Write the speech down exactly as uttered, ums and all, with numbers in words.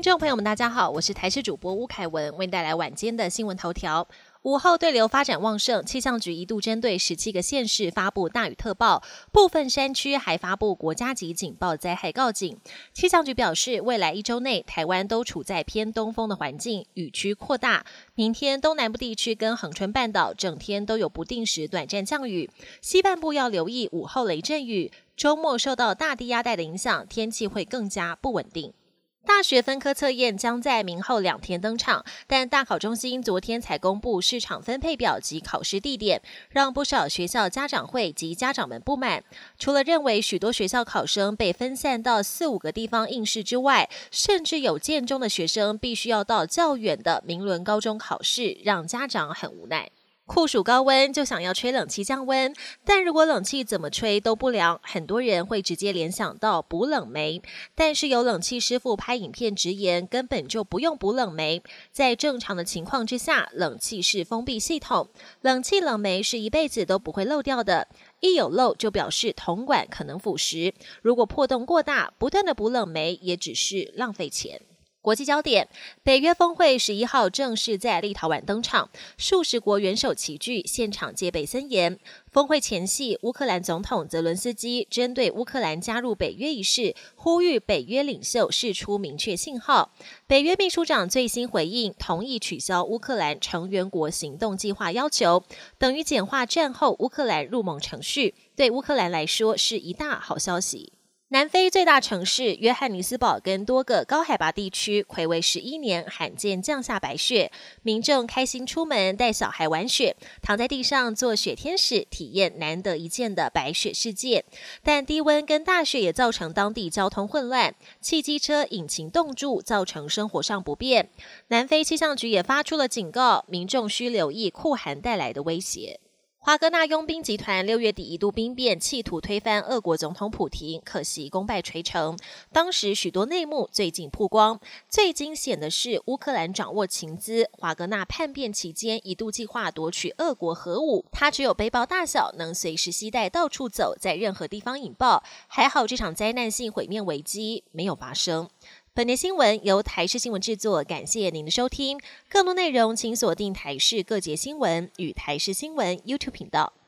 听众朋友们大家好，我是台视主播吴凯文，为您带来晚间的新闻头条。午后对流发展旺盛，气象局一度针对十七个县市发布大雨特报，部分山区还发布国家级警报灾害告警。气象局表示，未来一周内台湾都处在偏东风的环境，雨区扩大。明天东南部地区跟恒春半岛整天都有不定时短暂降雨，西半部要留意午后雷阵雨。周末受到大低压带的影响，天气会更加不稳定。大学分科测验将在明后两天登场，但大考中心昨天才公布市场分配表及考试地点，让不少学校家长会及家长们不满。除了认为许多学校考生被分散到四五个地方应试之外，甚至有建中的学生必须要到较远的明伦高中考试，让家长很无奈。酷暑高温就想要吹冷气降温，但如果冷气怎么吹都不凉，很多人会直接联想到补冷媒。但是有冷气师傅拍影片直言，根本就不用补冷媒。在正常的情况之下，冷气是封闭系统，冷气冷媒是一辈子都不会漏掉的。一有漏就表示铜管可能腐蚀，如果破洞过大，不断的补冷媒也只是浪费钱。国际焦点，北约峰会十一号正式在立陶宛登场，数十国元首齐聚，现场戒备森严。峰会前夕，乌克兰总统泽伦斯基针对乌克兰加入北约一事，呼吁北约领袖释出明确信号。北约秘书长最新回应，同意取消乌克兰成员国行动计划要求，等于简化战后乌克兰入盟程序，对乌克兰来说是一大好消息。南非最大城市约翰尼斯堡跟多个高海拔地区睽违十一年罕见降下白雪，民众开心出门带小孩玩雪，躺在地上做雪天使，体验难得一见的白雪世界。但低温跟大雪也造成当地交通混乱，汽机车引擎冻住，造成生活上不便。南非气象局也发出了警告，民众需留意酷寒带来的威胁。华格纳佣兵集团六月底一度兵变，企图推翻俄国总统普廷，可惜功败垂成。当时许多内幕最近曝光，最惊险的是乌克兰掌握情资，华格纳叛变期间一度计划夺取俄国核武，他只有背包大小，能随时携带到处走，在任何地方引爆。还好这场灾难性毁灭危机没有发生。本节新闻由台视新闻制作，感谢您的收听。更多内容请锁定台视各节新闻与台视新闻 YouTube 频道。